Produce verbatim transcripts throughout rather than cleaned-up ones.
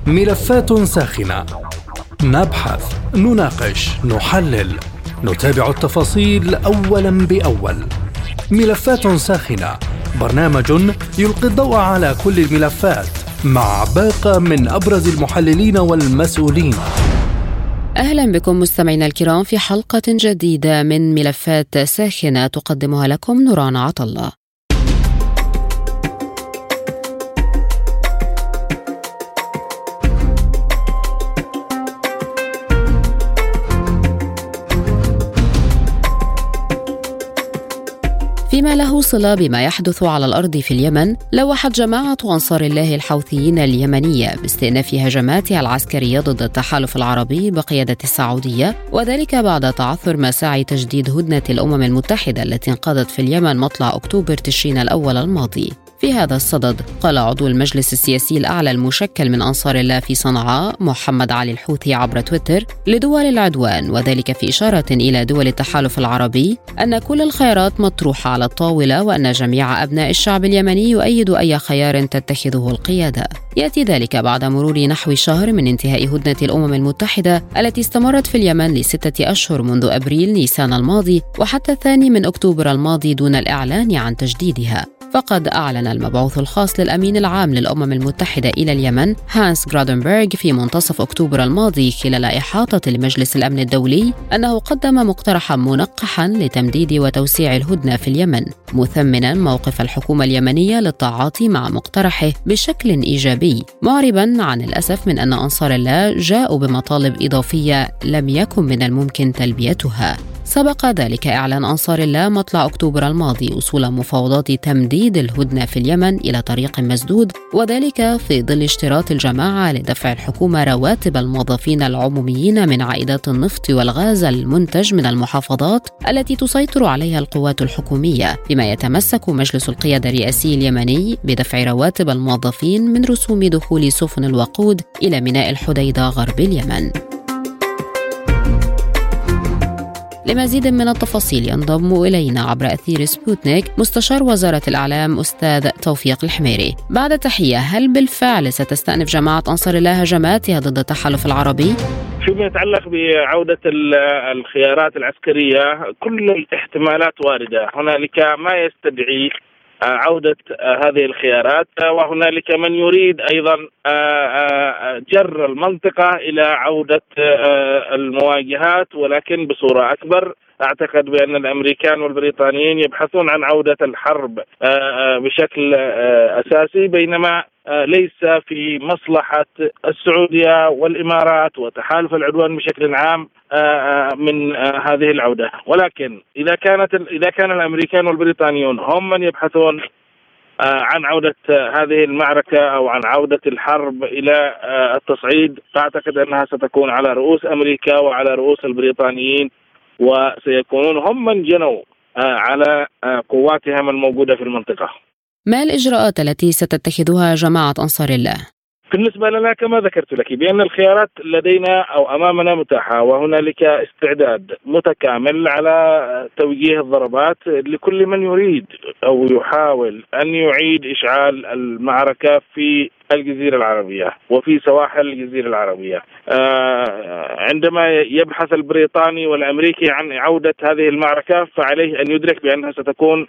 ملفات ساخنة، نبحث، نناقش، نحلل، نتابع التفاصيل أولا بأول. ملفات ساخنة، برنامج يلقي الضوء على كل الملفات مع باقة من أبرز المحللين والمسؤولين. أهلا بكم مستمعينا الكرام في حلقة جديدة من ملفات ساخنة تقدمها لكم نوران عطلة. فيما له صلة بما يحدث على الأرض في اليمن، لوحت جماعة أنصار الله الحوثيين اليمنية باستئناف هجماتها العسكرية ضد التحالف العربي بقيادة السعودية، وذلك بعد تعثر مساعي تجديد هدنة الأمم المتحدة التي انقضت في اليمن مطلع أكتوبر تشرين الأول الماضي. في هذا الصدد قال عضو المجلس السياسي الأعلى المشكل من أنصار الله في صنعاء محمد علي الحوثي عبر تويتر لدول العدوان، وذلك في إشارة إلى دول التحالف العربي، أن كل الخيارات مطروحة على الطاولة وأن جميع أبناء الشعب اليمني يؤيد أي خيار تتخذه القيادة. يأتي ذلك بعد مرور نحو شهر من انتهاء هدنة الأمم المتحدة التي استمرت في اليمن لستة أشهر منذ أبريل نيسان الماضي وحتى الثاني من أكتوبر الماضي دون الإعلان عن تجديدها. فقد أعلن المبعوث الخاص للأمين العام للأمم المتحدة إلى اليمن هانس غرادنبرغ في منتصف أكتوبر الماضي خلال إحاطة لمجلس الأمن الدولي أنه قدم مقترحا منقحا لتمديد وتوسيع الهدنة في اليمن، مثمنا موقف الحكومة اليمنية للتعاطي مع مقترحه بشكل إيجابي، معربا عن الأسف من أن أنصار الله جاءوا بمطالب إضافية لم يكن من الممكن تلبيتها. سبق ذلك إعلان أنصار الله مطلع أكتوبر الماضي وصول مفاوضات تمديد الهدنة في اليمن إلى طريق مسدود، وذلك في ظل اشتراط الجماعة لدفع الحكومة رواتب الموظفين العموميين من عائدات النفط والغاز المنتج من المحافظات التي تسيطر عليها القوات الحكومية، فيما يتمسك مجلس القيادة الرئاسي اليمني بدفع رواتب الموظفين من رسوم دخول سفن الوقود إلى ميناء الحديدة غرب اليمن. لمزيد من التفاصيل ينضم إلينا عبر أثير سبوتنيك مستشار وزارة الإعلام أستاذ توفيق الحميري. بعد تحية، هل بالفعل ستستأنف جماعة أنصار الله هجماتها ضد التحالف العربي؟ فيما يتعلق بعودة الخيارات العسكرية كل الاحتمالات واردة، هنالك ما يستدعي عودة هذه الخيارات، وهنالك من يريد أيضا جر المنطقة إلى عودة المواجهات ولكن بصورة أكبر. أعتقد بأن الأمريكان والبريطانيين يبحثون عن عودة الحرب بشكل أساسي، بينما ليس في مصلحة السعودية والإمارات وتحالف العدوان بشكل عام من هذه العودة. ولكن إذا كانت إذا كان الأمريكان والبريطانيون هم من يبحثون عن عودة هذه المعركة أو عن عودة الحرب إلى التصعيد، فأعتقد أنها ستكون على رؤوس أمريكا وعلى رؤوس البريطانيين، وسيكونون هم من جنوا على قواتهم الموجودة في المنطقة. ما الإجراءات التي ستتخذها جماعة أنصار الله؟ بالنسبة لنا كما ذكرت لك بأن الخيارات لدينا أو أمامنا متاحة، وهنالك استعداد متكامل على توجيه الضربات لكل من يريد أو يحاول أن يعيد إشعال المعركة في الجزيرة العربية وفي سواحل الجزيرة العربية. عندما يبحث البريطاني والأمريكي عن عودة هذه المعركة فعليه أن يدرك بأنها ستكون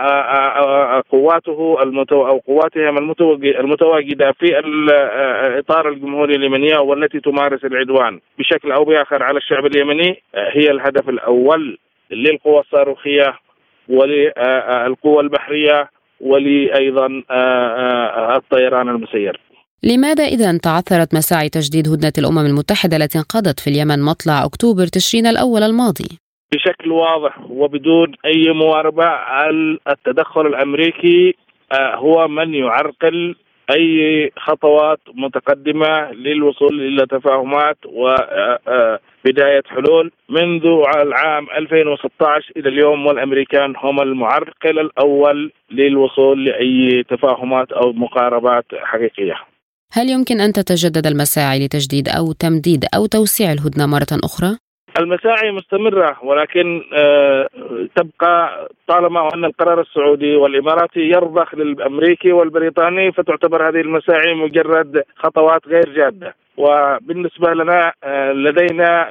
قواته المتو أو قواتهم المتواجدة في الإطار الجمهوري اليمني والتي تمارس العدوان بشكل أو بآخر على الشعب اليمني هي الهدف الأول للقوى الصاروخية وللقوى البحرية ولأيضا الطيران المسير. لماذا إذن تعثرت مساعي تجديد هدنة الأمم المتحدة التي انقضت في اليمن مطلع أكتوبر تشرين الأول الماضي؟ بشكل واضح وبدون أي مواربة التدخل الأمريكي هو من يعرقل أي خطوات متقدمة للوصول إلى تفاهمات وبداية حلول. منذ العام ألفين وستة عشر إلى اليوم والأمريكان هم المعرقل الأول للوصول لأي تفاهمات أو مقاربات حقيقية. هل يمكن أن تتجدد المساعي لتجديد أو تمديد أو توسيع الهدنة مرة أخرى؟ المساعي مستمرة، ولكن تبقى طالما أن القرار السعودي والإماراتي يرضخ للأمريكي والبريطاني، فتعتبر هذه المساعي مجرد خطوات غير جادة. وبالنسبة لنا لدينا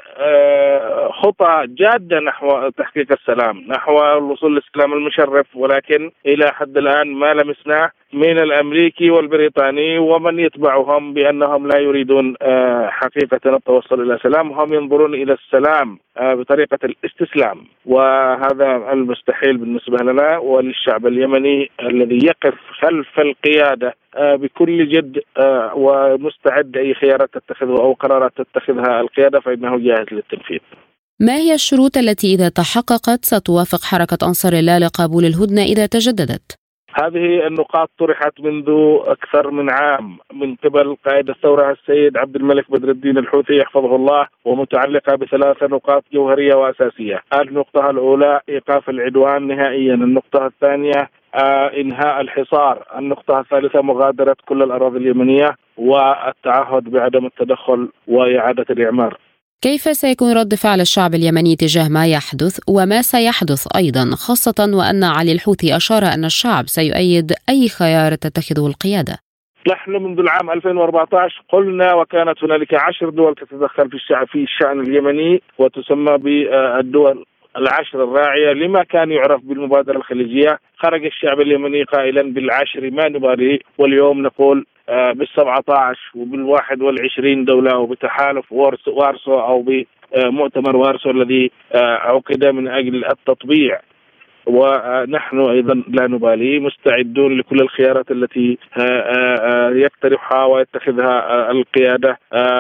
خطى جادة نحو تحقيق السلام، نحو الوصول للسلام المشرف، ولكن إلى حد الآن ما لمسناه من الأمريكي والبريطاني ومن يتبعهم بأنهم لا يريدون حقيقة التوصل إلى سلام، هم ينظرون إلى السلام بطريقة الاستسلام، وهذا المستحيل بالنسبة لنا وللشعب اليمني الذي يقف خلف القيادة بكل جد ومستعد أي خيارات تتخذها أو قرارات تتخذها القيادة فإنه جاهز للتنفيذ. ما هي الشروط التي إذا تحققت ستوافق حركة أنصار الله لقبول الهدنة إذا تجددت؟ هذه النقاط طرحت منذ أكثر من عام من قبل قائد الثورة السيد عبد الملك بدر الدين الحوثي يحفظه الله، ومتعلقة بثلاث نقاط جوهرية وأساسية. النقطة الأولى إيقاف العدوان نهائيا، النقطة الثانية آه إنهاء الحصار، النقطة الثالثة مغادرة كل الأراضي اليمنية، والتعهد بعدم التدخل وإعادة الإعمار. كيف سيكون رد فعل الشعب اليمني تجاه ما يحدث وما سيحدث أيضا، خاصة وأن علي الحوثي أشار أن الشعب سيؤيد أي خيار تتخذه القيادة؟ نحن منذ العام ألفين وأربعة عشر قلنا وكانت هنالك عشر دول تتدخل في الشعب في الشأن اليمني وتسمى بالدول العشر الراعية لما كان يعرف بالمبادرة الخليجية. خرج الشعب اليمني قائلا بالعشر ما نبالي، واليوم نقول بالسبعة عشر وبالواحد والعشرين دولة وبتحالف وارسو أو بمؤتمر وارسو الذي عقد من أجل التطبيع، ونحن أيضا لا نبالي مستعدون لكل الخيارات التي يقترحها ويتخذها القيادة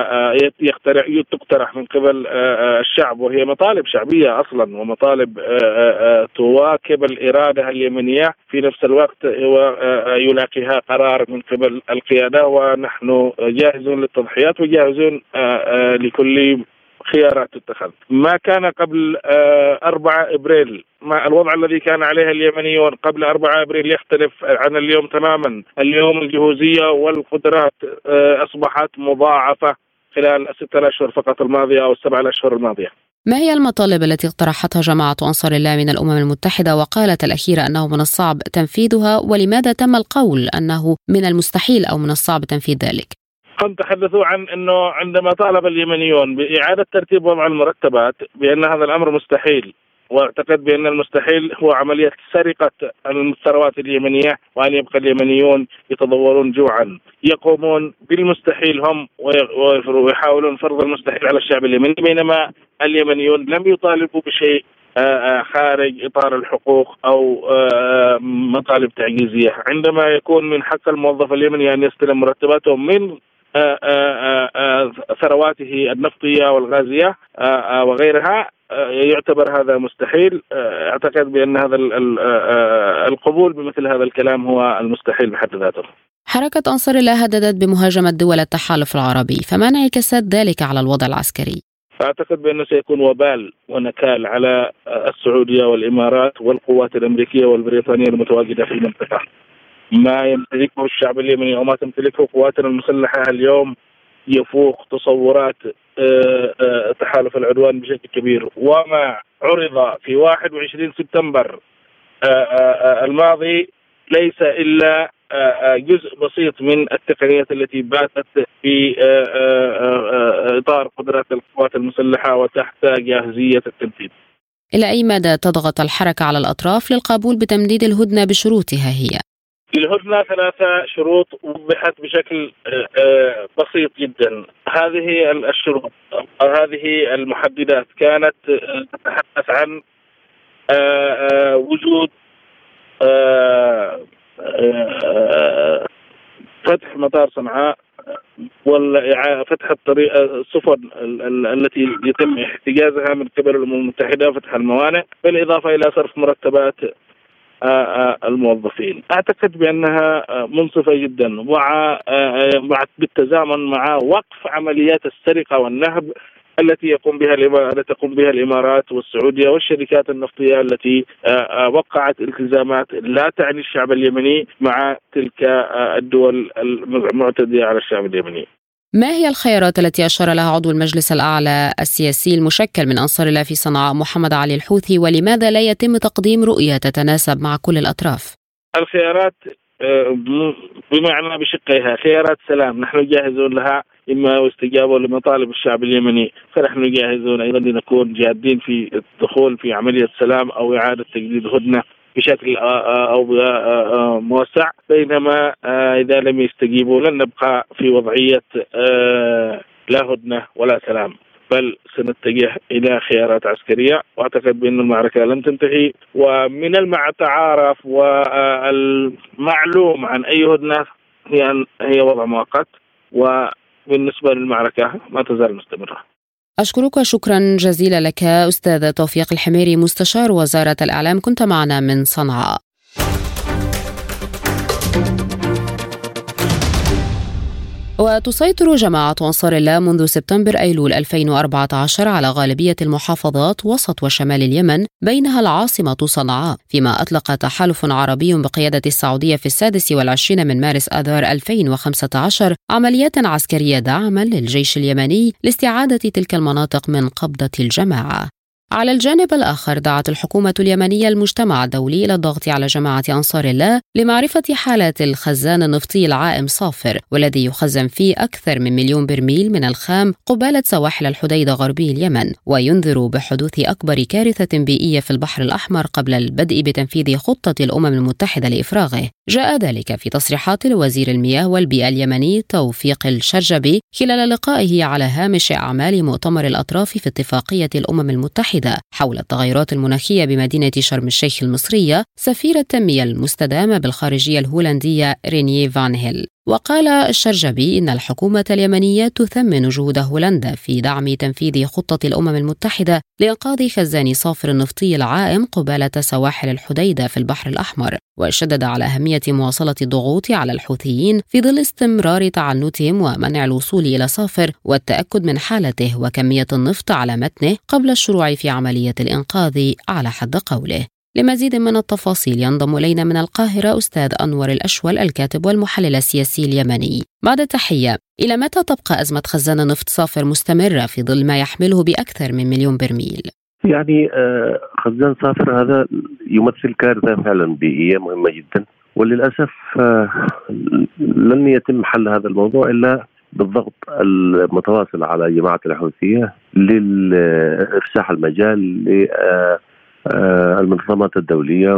تقترح من قبل الشعب، وهي مطالب شعبية أصلا ومطالب تواكب الإرادة اليمنية، في نفس الوقت يلاقيها قرار من قبل القيادة، ونحن جاهزون للتضحيات وجاهزون لكل خيارات تتخذ. ما كان قبل أربعة إبريل، ما الوضع الذي كان عليه اليمنيون قبل أربعة إبريل يختلف عن اليوم تماما. اليوم الجهوزية والقدرات أصبحت مضاعفة خلال الستة أشهر فقط الماضية أو السبعة أشهر الماضية. ما هي المطالب التي اقترحتها جماعة أنصار الله من الأمم المتحدة وقالت الأخيرة أنه من الصعب تنفيذها، ولماذا تم القول أنه من المستحيل أو من الصعب تنفيذ ذلك؟ هم تحدثوا عن أنه عندما طالب اليمنيون بإعادة ترتيب وضع المرتبات بأن هذا الأمر مستحيل، واعتقد بأن المستحيل هو عملية سرقة الثروات اليمنية، وأن يبقى اليمنيون يتضورون جوعا. يقومون بالمستحيل هم ويحاولون فرض المستحيل على الشعب اليمني، بينما اليمنيون لم يطالبوا بشيء خارج إطار الحقوق أو مطالب تعجيزية. عندما يكون من حق الموظف اليمني أن يستلم مرتباته من ثرواته النفطية والغازية وغيرها يعتبر هذا مستحيل. أعتقد بأن هذا القبول بمثل هذا الكلام هو المستحيل بحد ذاته. حركة أنصار الله هددت بمهاجمة دول التحالف العربي، فما انعكاسات ذلك على الوضع العسكري؟ أعتقد بأنه سيكون وبال ونكال على السعودية والإمارات والقوات الأمريكية والبريطانية المتواجدة في المنطقة. ما يمتلكه الشعب اليمني أو ما تمتلكه قواتنا المسلحة اليوم يفوق تصورات تحالف العدوان بشكل كبير، وما عرض في واحد وعشرين سبتمبر الماضي ليس إلا جزء بسيط من التقنيات التي باتت في إطار قدرات القوات المسلحة وتحت جاهزية التنفيذ. إلى أي مدى تضغط الحركة على الأطراف للقبول بتمديد الهدنة بشروطها هي؟ الهدنة ثلاثة شروط وضحت بشكل بسيط جدا. هذه الشروط أو هذه المحددات كانت تتحدث عن وجود فتح مطار صنعاء وفتح الطريق السفن التي يتم احتجازها من قبل الأمم المتحدة، فتح الموانئ، بالإضافة إلى صرف مرتبات الموظفين. أعتقد بأنها منصفة جدا مع بالتزامن مع وقف عمليات السرقة والنهب التي يقوم بها التي تقوم بها الإمارات والسعودية والشركات النفطية التي وقعت التزامات لا تعني الشعب اليمني مع تلك الدول المعتدية على الشعب اليمني. ما هي الخيارات التي أشار لها عضو المجلس الأعلى السياسي المشكل من أنصار الله في صنعاء محمد علي الحوثي، ولماذا لا يتم تقديم رؤية تتناسب مع كل الأطراف؟ الخيارات بمعنى بشقيها خيارات سلام نحن جاهزون لها، إما استجابوا لمطالب الشعب اليمني فنحن جاهزون أيضا لنكون جادين في الدخول في عملية سلام أو إعادة تجديد هدنة بشكل أو موسع، بينما إذا لم يستجيبوا لن نبقى في وضعية لا هدنة ولا سلام، بل سنتجه إلى خيارات عسكرية. وأعتقد بأن المعركة لن تنتهي، ومن المتعارف والمعلوم عن أي هدنة هي هي وضع مؤقت، وبالنسبة للمعركة ما تزال مستمرة. أشكرك شكرا جزيلا لك أستاذ توفيق الحميري مستشار وزارة الإعلام، كنت معنا من صنعاء. وتسيطر جماعة أنصار الله منذ سبتمبر أيلول ألفين وأربعة عشر على غالبية المحافظات وسط وشمال اليمن، بينها العاصمة صنعاء، فيما أطلق تحالف عربي بقيادة السعودية في السادس والعشرين من مارس آذار ألفين وخمسة عشر عمليات عسكرية دعما للجيش اليمني لاستعادة تلك المناطق من قبضة الجماعة. على الجانب الآخر دعت الحكومة اليمنية المجتمع الدولي إلى الضغط على جماعة أنصار الله لمعرفة حالة الخزان النفطي العائم صافر، والذي يخزن فيه أكثر من مليون برميل من الخام قبالة سواحل الحديدة غربي اليمن، وينذر بحدوث أكبر كارثة بيئية في البحر الأحمر قبل البدء بتنفيذ خطة الأمم المتحدة لإفراغه. جاء ذلك في تصريحات لوزير المياه والبيئة اليمني توفيق الشرجبي خلال لقائه على هامش أعمال مؤتمر الأطراف في اتفاقية الأمم المتحدة حول التغيرات المناخية بمدينة شرم الشيخ المصرية سفير التنمية المستدامة بالخارجية الهولندية رينيه فان هيل. وقال الشرجبي إن الحكومة اليمنية تثمن جهود هولندا في دعم تنفيذ خطة الأمم المتحدة لإنقاذ خزان صافر النفطي العائم قبالة سواحل الحديدة في البحر الأحمر، وشدد على أهمية مواصلة الضغوط على الحوثيين في ظل استمرار تعنتهم ومنع الوصول إلى صافر والتأكد من حالته وكمية النفط على متنه قبل الشروع في عملية الإنقاذ على حد قوله. لمزيد من التفاصيل ينضم إلينا من القاهرة أستاذ أنور الأشول الكاتب والمحلل السياسي اليمني. بعد تحية، إلى متى تبقى أزمة خزان نفط صافر مستمرة في ظل ما يحمله بأكثر من مليون برميل؟ يعني خزان صافر هذا يمثل كارثة فعلا بيئية مهمة جدا، وللأسف لن يتم حل هذا الموضوع إلا بالضغط المتواصل على جماعة الحوثية لإفساح المجال ل المنظمات الدولية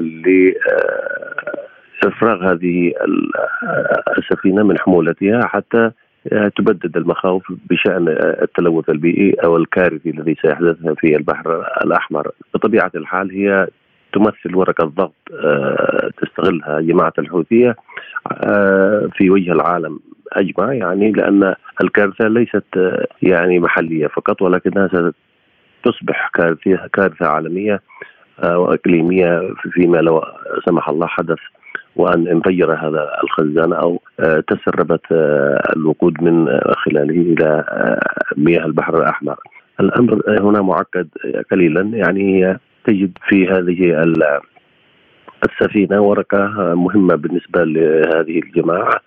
ولإفراغ هذه السفينة من حمولتها حتى تبدد المخاوف بشأن التلوث البيئي أو الكارثي الذي سيحدث في البحر الأحمر. بطبيعة الحال هي تمثل ورقة ضغط تستغلها جماعة الحوثية في وجه العالم أجمع، يعني لأن الكارثة ليست يعني محلية فقط، ولكنها تصبح كارثة كارثة عالمية وإقليمية فيما لو سمح الله حدث وأن انفجر هذا الخزان أو تسربت الوقود من خلاله إلى مياه البحر الأحمر. الأمر هنا معقد قليلا، يعني تجد في هذه السفينة ورقة مهمة بالنسبة لهذه الجماعة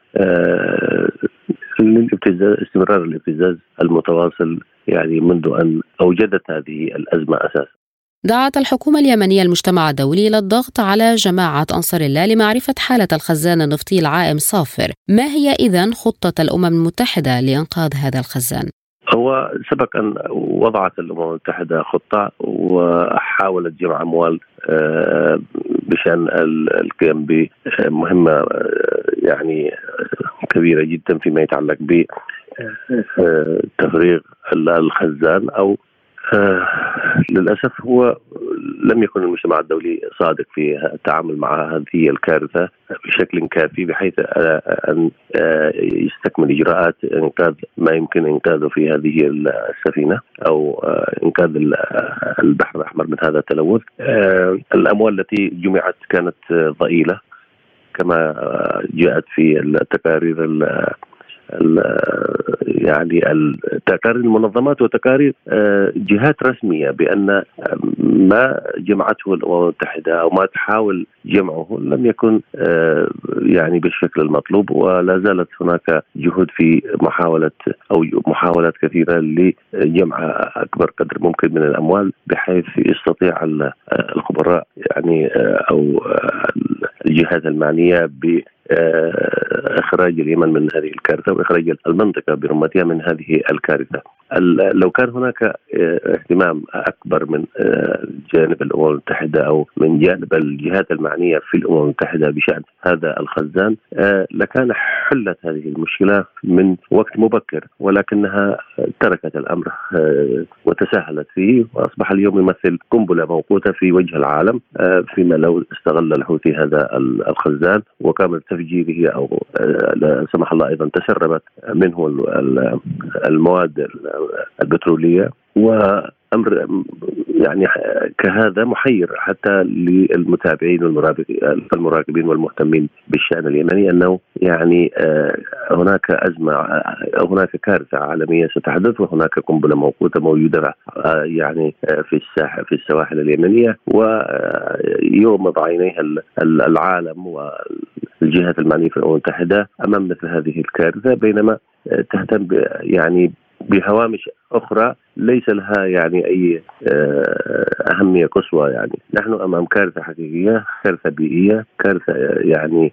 للابتزاز، استمرار الابتزاز المتواصل يعني منذ أن أوجدت هذه الأزمة أساسا. دعت الحكومة اليمنية المجتمع الدولي إلى الضغط على جماعة أنصار الله لمعرفة حالة الخزان النفطي العائم صافر. ما هي إذن خطة الأمم المتحدة لإنقاذ هذا الخزان؟ هو سبق أن وضعت الأمم المتحدة خطة وحاولت جمع أموال بشأن القيام بمهمة يعني كبيرة جدا فيما يتعلق بتفريغ الخزان أو آه للأسف هو لم يكن المجتمع الدولي صادق في التعامل مع هذه الكارثة بشكل كافي بحيث أن آه يستكمل إجراءات إنقاذ ما يمكن إنقاذه في هذه السفينة أو آه إنقاذ البحر الأحمر من هذا التلوث. آه الأموال التي جمعت كانت ضئيلة كما جاءت في التقارير يعني تقارير المنظمات وتقارير جهات رسمية بأن ما جمعته الأمم المتحدة أو ما تحاول جمعه لم يكن يعني بالشكل المطلوب، ولا زالت هناك جهود في محاولة أو محاولات كثيرة لجمع أكبر قدر ممكن من الأموال بحيث يستطيع الخبراء يعني أو الجهات المعنية ب إخراج اليمن من هذه الكارثة وإخراج المنطقة برمتها من هذه الكارثة. لو كان هناك اهتمام أكبر من جانب الأمم المتحدة أو من جانب الجهات المعنية في الأمم المتحدة بشأن هذا الخزان لكان حلت هذه المشكلة من وقت مبكر، ولكنها تركت الأمر وتساهلت فيه، وأصبح اليوم يمثل قنبلة موقوتة في وجه العالم، فيما لو استغل الحوثي هذا الخزان وقام تفجيره أو لا سمح الله أيضا تسربت منه المواد البترولية. وأمر يعني كهذا محير حتى للمتابعين والمراقبين والمهتمين بالشأن اليمني، أنه يعني هناك أزمة، هناك كارثة عالمية ستحدث، وهناك قنبلة موقوتة موجودة يعني في الساحة في السواحل اليمنية، ويغمض عينيها العالم والجهات المعنية في الأمم المتحدة أمام مثل هذه الكارثة، بينما تهتم يعني بهوامش أخرى ليس لها يعني أي أهمية قصوى. يعني نحن أمام كارثة حقيقية، كارثة بيئية، كارثة يعني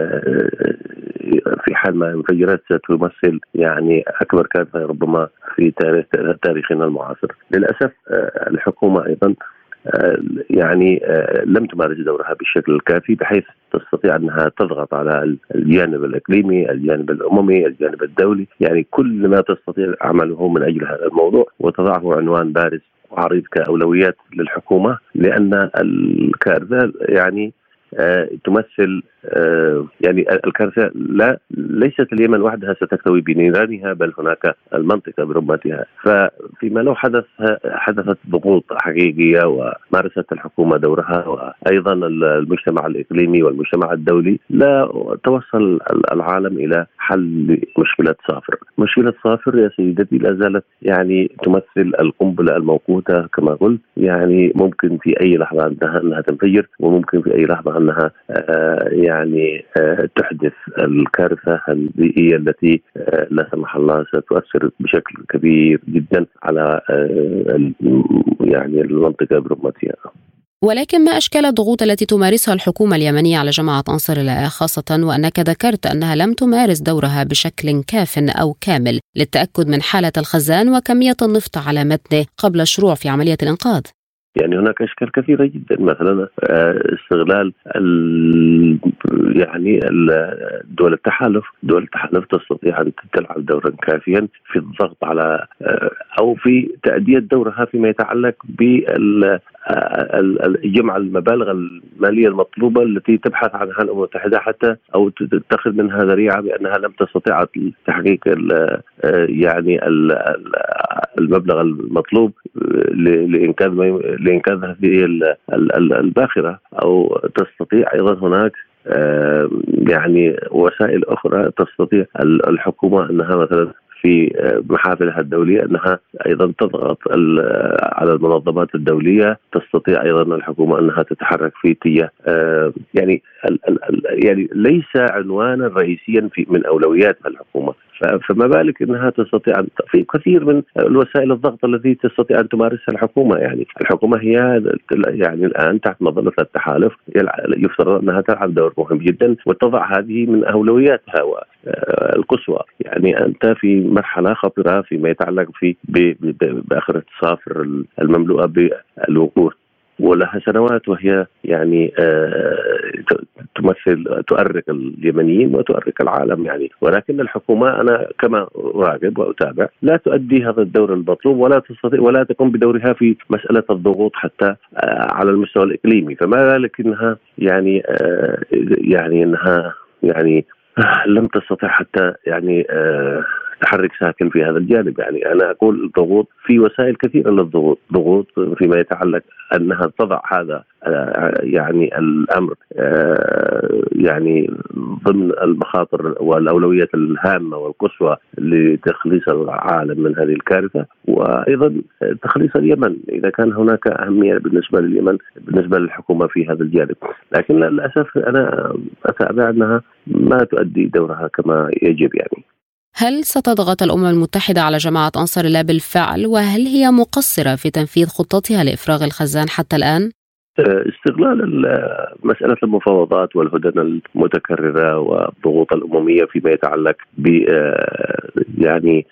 في حال ما انفجرت ستمثل يعني أكبر كارثة ربما في تاريخ تاريخنا المعاصر. للأسف الحكومة أيضا يعني لم تمارس دورها بالشكل الكافي بحيث تستطيع أنها تضغط على الجانب الإقليمي، الجانب الأممي، الجانب الدولي، يعني كل ما تستطيع عمله من أجل هذا الموضوع وتضعه عنوان بارز وعريض كأولويات للحكومة، لأن الكارثة يعني آه تمثل آه يعني الكارثة لا ليست اليمن وحدها ستكتوي بنيرانها، بل هناك المنطقة برمتها. ففيما لو حدث حدثت ضغوط حقيقية ومارست الحكومة دورها وأيضا المجتمع الإقليمي والمجتمع الدولي، لا توصل العالم إلى حل مشكلة صافر. مشكلة صافر يا سيدتي لا زالت يعني تمثل القنبلة الموقوتة كما قلت، يعني ممكن في أي لحظة أنها تنفجر، وممكن في أي لحظة أنها آه يعني آه تحدث الكارثة البيئية التي آه لا سمح الله ستؤثر بشكل كبير جدا على آه يعني المنطقة برمتها. ولكن ما أشكال الضغوط التي تمارسها الحكومة اليمنية على جماعة أنصار الله، خاصة وأنك ذكرت أنها لم تمارس دورها بشكل كاف أو كامل للتأكد من حالة الخزان وكمية النفط على متنه قبل الشروع في عملية الإنقاذ؟ يعني هناك أشكال كثيرة جدا، مثلا استغلال يعني دول التحالف دول التحالف تستطيع أن تلعب دورا كافيا في الضغط على أو في تأدية دورها فيما يتعلق بجمع المبالغ المالية المطلوبة التي تبحث عنها الأمم المتحدة حتى أو تتخذ منها ذريعة بأنها لم تستطيع تحقيق يعني المبلغ المطلوب لإنقاذ لإنقاذ هذه الباخرة، أو تستطيع أيضا هناك يعني وسائل أخرى تستطيع الحكومة أنها مثلا في محافلها الدولية أنها أيضا تضغط على المنظمات الدولية، تستطيع أيضا الحكومة أنها تتحرك في اتجاه يعني يعني ليس عنوانا رئيسيا في من أولويات الحكومة، فما بالك أنها تستطيع في كثير من الوسائل الضغط التي تستطيع أن تمارسها الحكومة. يعني الحكومة هي يعني الآن تحت مظلة التحالف يفترض أنها تلعب دور مهم جدا وتضع هذه من أولوياتها القصوى. يعني أنت في مرحلة خطرة فيما يتعلق في بآخرة صافر المملوءة بالوقود، ولها سنوات وهي يعني تمثل تؤرق اليمنيين وتؤرق العالم يعني، ولكن الحكومة أنا كما أراقب وأتابع لا تؤدي هذا الدور المطلوب ولا تستطيع ولا تقوم بدورها في مسألة الضغوط حتى على المستوى الإقليمي، فما بالك إنها يعني يعني إنها يعني لم تستطع حتى يعني تحرك ساكن في هذا الجانب. يعني أنا أقول ضغوط في وسائل كثيرة للضغوط، ضغوط فيما يتعلق أنها تضع هذا يعني الأمر يعني ضمن المخاطر والأولويات الهامة والقصوى لتخليص العالم من هذه الكارثة، وأيضا تخليص اليمن إذا كان هناك أهمية بالنسبة لليمن بالنسبة للحكومة في هذا الجانب. لكن للأسف أنا أتابع أنها ما تؤدي دورها كما يجب. يعني هل ستضغط الأمم المتحدة على جماعة أنصار الله بالفعل، وهل هي مقصرة في تنفيذ خطتها لإفراغ الخزان حتى الآن؟ استغلال مسألة المفاوضات والهدنة المتكررة والضغوط الأممية فيما يتعلق ب يعني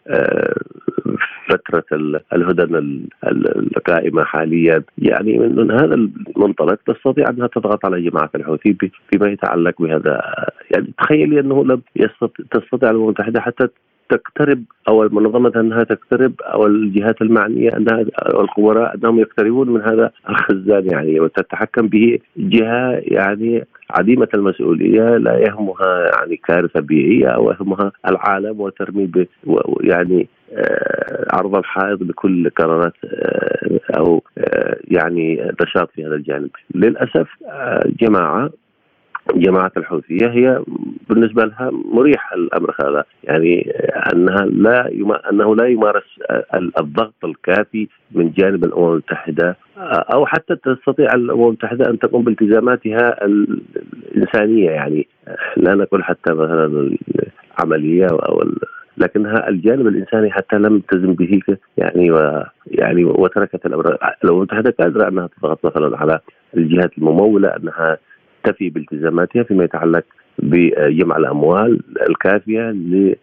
فترة الهدنة القائمة حاليا، يعني من هذا المنطلق تستطيع أنها تضغط على جماعة الحوثي فيما يتعلق بهذا. يعني تخيلي أنه لم تستطيع الأمم المتحدة حتى تقترب أو المنظمة أنها تقترب أو الجهات المعنية أنها أو الخبراء أنهم يقتربون من هذا الخزان، يعني وتتحكم به جهة يعني عديمة المسؤولية لا يهمها يعني كارثة بيئية أو يهمها العالم وترمي ب يعني عرض الحائط بكل قرارات أو يعني نشاط في هذا الجانب. للأسف جماعة جماعة الحوثية هي بالنسبة لها مريح الأمر هذا، يعني أنها لا يم... أنه لا يمارس الضغط الكافي من جانب الأمم المتحدة، أو حتى تستطيع الأمم المتحدة أن تقوم بالتزاماتها الإنسانية. يعني لا نقول حتى مثلا العملية أو ال... لكنها الجانب الإنساني حتى لم تلتزم به، يعني و يعني وتركت الأمر. الأمم المتحدة قادرة أنها تضغط مثلا على الجهات الممولة أنها تفي بالتزاماتها فيما يتعلق بجمع الأموال الكافية ل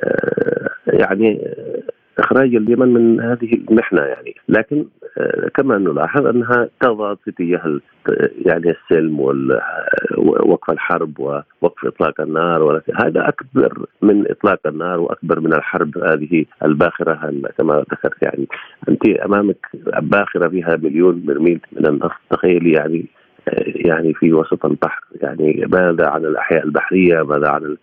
يعني إخراج اليمن من هذه المحنة. يعني لكن كما نلاحظ أنها تضغط في اتجاه يعني السلم ووقف الحرب ووقف إطلاق النار، هذا أكبر من إطلاق النار وأكبر من الحرب هذه الباخرة كما ذكرت. يعني أنت أمامك باخرة فيها مليون برميل من النفط، تخيلي يعني يعني في وسط البحر. يعني ماذا عن الأحياء البحرية، ماذا عن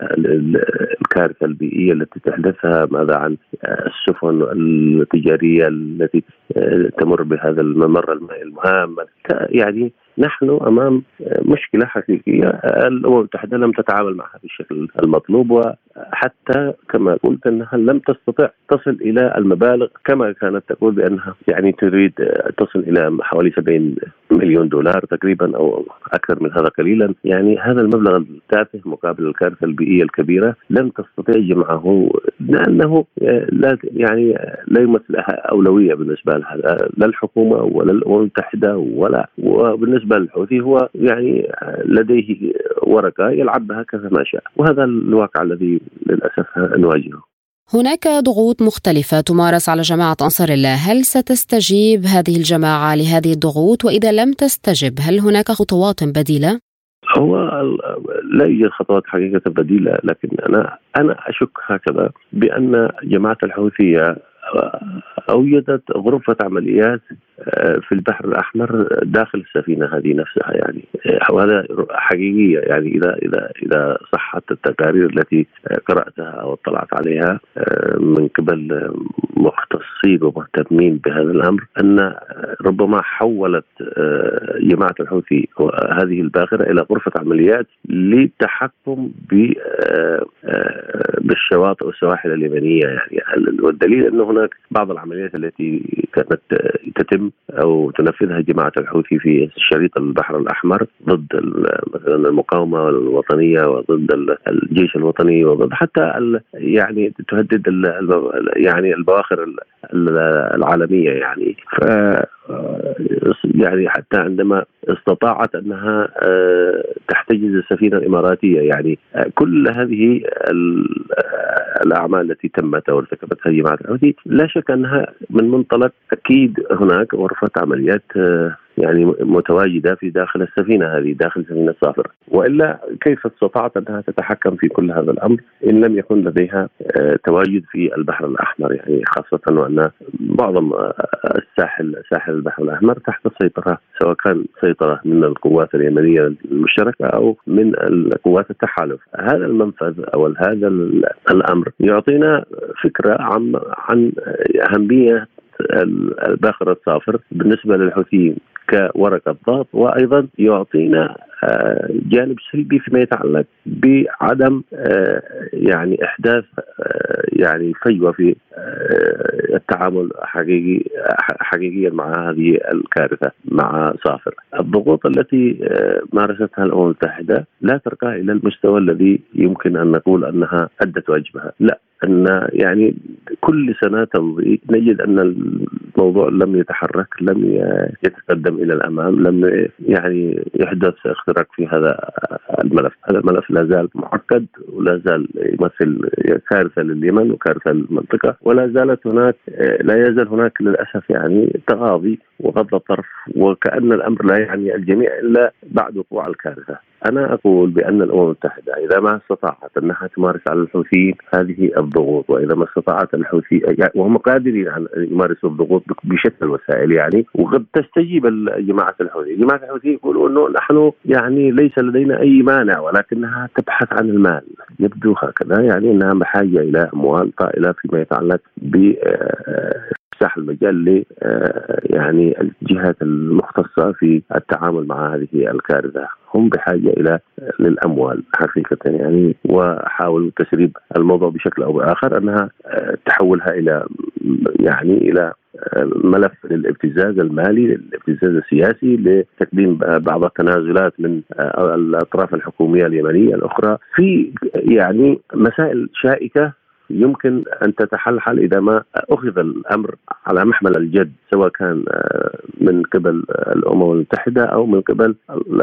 الكارثة البيئية التي تحدثها، ماذا عن السفن التجارية التي تمر بهذا الممر المائي المهام. يعني نحن أمام مشكلة حقيقية الأمم المتحدة لم تتعامل معها بالشكل المطلوب، وحتى كما قلت أنها لم تستطع تصل إلى المبالغ كما كانت تقول بأنها يعني تريد تصل إلى حوالي سبعين مليون دولار تقريبا أو أكثر من هذا قليلا. يعني هذا المبلغ التافه مقابل الكارثة البيئية الكبيرة لم تستطيع جمعه، لأنه لا يعني لا يمثل أولوية بالنسبة لها لا الحكومة ولا الأمم المتحدة ولا وبالنسبة للحوثي هو يعني لديه ورقة يلعب بها كيفما شاء، وهذا الواقع الذي للأسف نواجهه. هناك ضغوط مختلفة تمارس على جماعة أنصار الله، هل ستستجيب هذه الجماعة لهذه الضغوط؟ وإذا لم تستجب هل هناك خطوات بديلة؟ هو لا يوجد خطوات حقيقة بديلة، لكن أنا أنا أشك هكذا بأن جماعة الحوثية أوجدت غرفة عمليات في البحر الأحمر داخل السفينة هذه نفسها. يعني وهذا حقيقية، يعني إذا إذا إذا صحت التقارير التي قرأتها أو اطلعت عليها من قبل مختصين ومهتمين بهذا الأمر، أن ربما حولت جماعة الحوثي هذه الباخرة إلى غرفة عمليات للتحكم بالشواطئ والسواحل اليمنية. يعني والدليل أنه هناك بعض العمليات التي كانت تتم أو تنفذها جماعة الحوثي في شريط البحر الأحمر ضد مثلا المقاومة الوطنية وضد الجيش الوطني وضد حتى يعني تهدد يعني البواخر العالمية. يعني ف يعني حتى عندما استطاعت أنها تحتجز السفينة الإماراتية، يعني كل هذه الأعمال التي تمت وارتكبتها جماعة الحوثي لا شك أنها من منطلق أكيد هناك غرفة عمليات يعني متواجدة في داخل السفينة هذه، داخل سفينة صافر، وإلا كيف استطاعت أنها تتحكم في كل هذا الأمر إن لم يكن لديها تواجد في البحر الأحمر؟ يعني خاصة وأن معظم الساحل ساحل البحر الأحمر تحت السيطرة، سواء كان سيطرة من القوات اليمنية المشتركة أو من القوات التحالف. هذا المنفذ أو هذا الأمر يعطينا فكرة عن عن أهمية الباخرة صافر بالنسبة للحوثيين كورقة ضغط، وأيضا يعطينا جانب سلبي فيما يتعلق بعدم يعني إحداث يعني فجوة في التعامل حقيقي حقيقيا مع هذه الكارثة مع صافر. الضغوط التي مارستها الأمم المتحدة لا ترقى إلى المستوى الذي يمكن أن نقول أنها أدت واجبها، لا، أن يعني كل سنة تمضي نجد أن الموضوع لم يتحرك، لم يتقدم إلى الأمام، لم يعني يحدث اختراق في هذا الملف. هذا الملف لا زال معقد ولا زال يمثل كارثة لليمن وكارثة للمنطقة، ولا زالت هناك لا يزال هناك للأسف يعني تغاضي وغض الطرف، وكأن الأمر لا يعني الجميع إلا بعد وقوع الكارثة. أنا أقول بأن الأمم المتحدة إذا ما استطاعت أنها تمارس على الحوثيين هذه الضغوط، وإذا ما استطاعت الحوثي وهم قادرين على أن يمارسوا الضغوط بشتى الوسائل يعني، وقد تستجيب الجماعة الحوثي. جماعة الحوثي يقولوا أنه نحن يعني ليس لدينا أي مانع، ولكنها تبحث عن المال، يبدو هكذا، يعني أنها بحاجة إلى أموال طائلة فيما يتعلق ب يفتح المجال ل يعني الجهات المختصة في التعامل مع هذه الكارثة. هم بحاجة إلى للأموال حقيقة يعني، وحاولوا تسريب الموضوع بشكل أو بآخر، أنها تحولها إلى يعني إلى ملف للابتزاز المالي، للابتزاز السياسي، لتقديم بعض التنازلات من الأطراف الحكومية اليمنية الأخرى في يعني مسائل شائكة يمكن أن تتحلحل إذا ما أخذ الأمر على محمل الجد، سواء كان من قبل الأمم المتحدة أو من قبل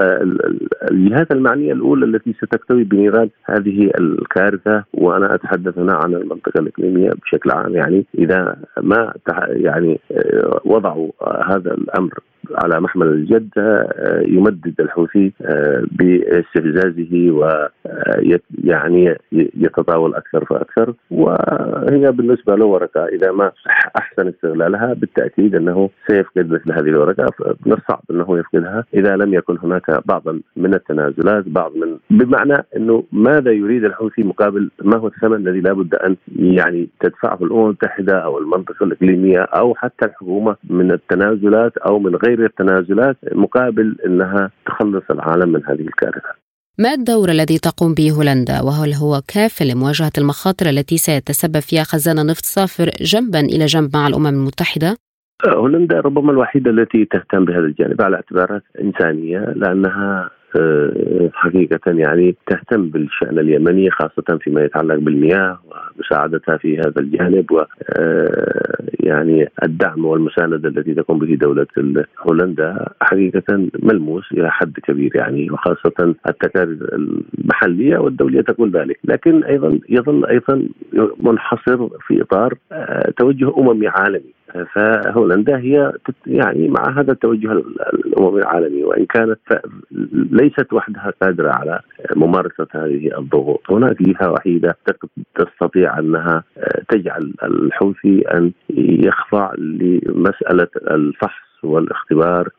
الجهات المعنية الأولى التي ستكتوي بنيران هذه الكارثة. وأنا أتحدث هنا عن المنطقة الإقليمية بشكل عام، يعني إذا ما يعني وضعوا هذا الأمر على محمل الجد يمدد الحوثي باستفزازه ويعني يتطاول أكثر فأكثر، وهي بالنسبة له ورقة إذا ما أحسن استغلالها بالتأكيد أنه سيفقد مثل هذه الورقة. من الصعب أنه يفقدها إذا لم يكن هناك بعض من التنازلات، بعض من بمعنى أنه ماذا يريد الحوثي مقابل ما هو الثمن الذي لا بد أن يعني تدفعه الأمم المتحدة أو المنطقة الإقليمية أو حتى الحكومة من التنازلات أو من غير التنازلات مقابل أنها تخلص العالم من هذه الكارثة. ما الدور الذي تقوم به هولندا، وهل هو كاف لمواجهة المخاطر التي سيتسبب فيها خزان نفط صافر جنبا إلى جنب مع الأمم المتحدة؟ هولندا ربما الوحيدة التي تهتم بهذا الجانب على اعتبارات إنسانية، لأنها حقيقة يعني تهتم بالشأن اليمني خاصة فيما يتعلق بالمياه ومساعدتها في هذا الجانب، و يعني الدعم والمساندة التي تقوم به دولة هولندا حقيقة ملموس إلى حد كبير يعني، وخاصة التكاليف المحلية والدولية تقول ذلك، لكن أيضا يظل أيضا منحصر في إطار توجه أممي عالمي. فهولندا هي يعني مع هذا التوجه الأممي العالمي، وإن كانت ليست وحدها قادرة على ممارسة هذه الضغوط. هناك جهة وحيدة تستطيع أنها تجعل الحوثي أن يخضع لمسألة الفحص والاختبار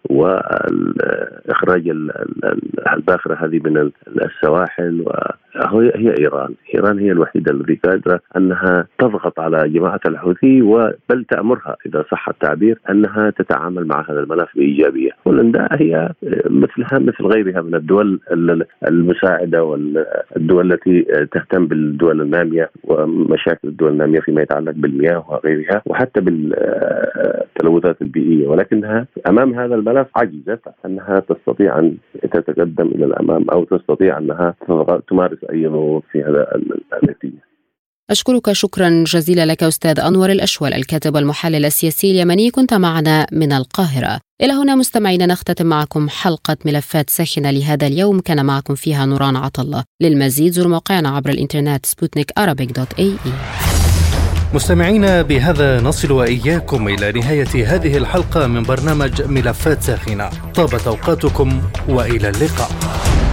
وإخراج الباخرة هذه من السواحل، وهي هي إيران. إيران هي الوحيدة التي قادرة أنها تضغط على جماعة الحوثي، وبل تأمرها إذا صح التعبير أنها تتعامل مع هذا الملف بإيجابية. هولندا هي مثلها مثل غيرها من الدول المساعدة والدول التي تهتم بالدول النامية ومشاكل الدول النامية فيما يتعلق بالمياه وغيرها، وحتى بالتلوثات البيئية، ولكن أمام هذا الملف عجزت أنها تستطيع أن تتقدم إلى الأمام أو تستطيع أنها تمارس أي ضغوط في هذا النتيجة. أشكرك شكرا جزيلا لك أستاذ أنور الأشول، الكاتب والمحلل السياسي اليمني، كنت معنا من القاهرة. إلى هنا مستمعينا نختتم معكم حلقة ملفات ساخنة لهذا اليوم، كان معكم فيها نوران عطلة. للمزيد زوروا موقعنا عبر الإنترنت سبوتنيك أرابيك دوت إيه إي. مستمعينا، بهذا نصل وإياكم إلى نهاية هذه الحلقة من برنامج ملفات ساخنة. طابت أوقاتكم وإلى اللقاء.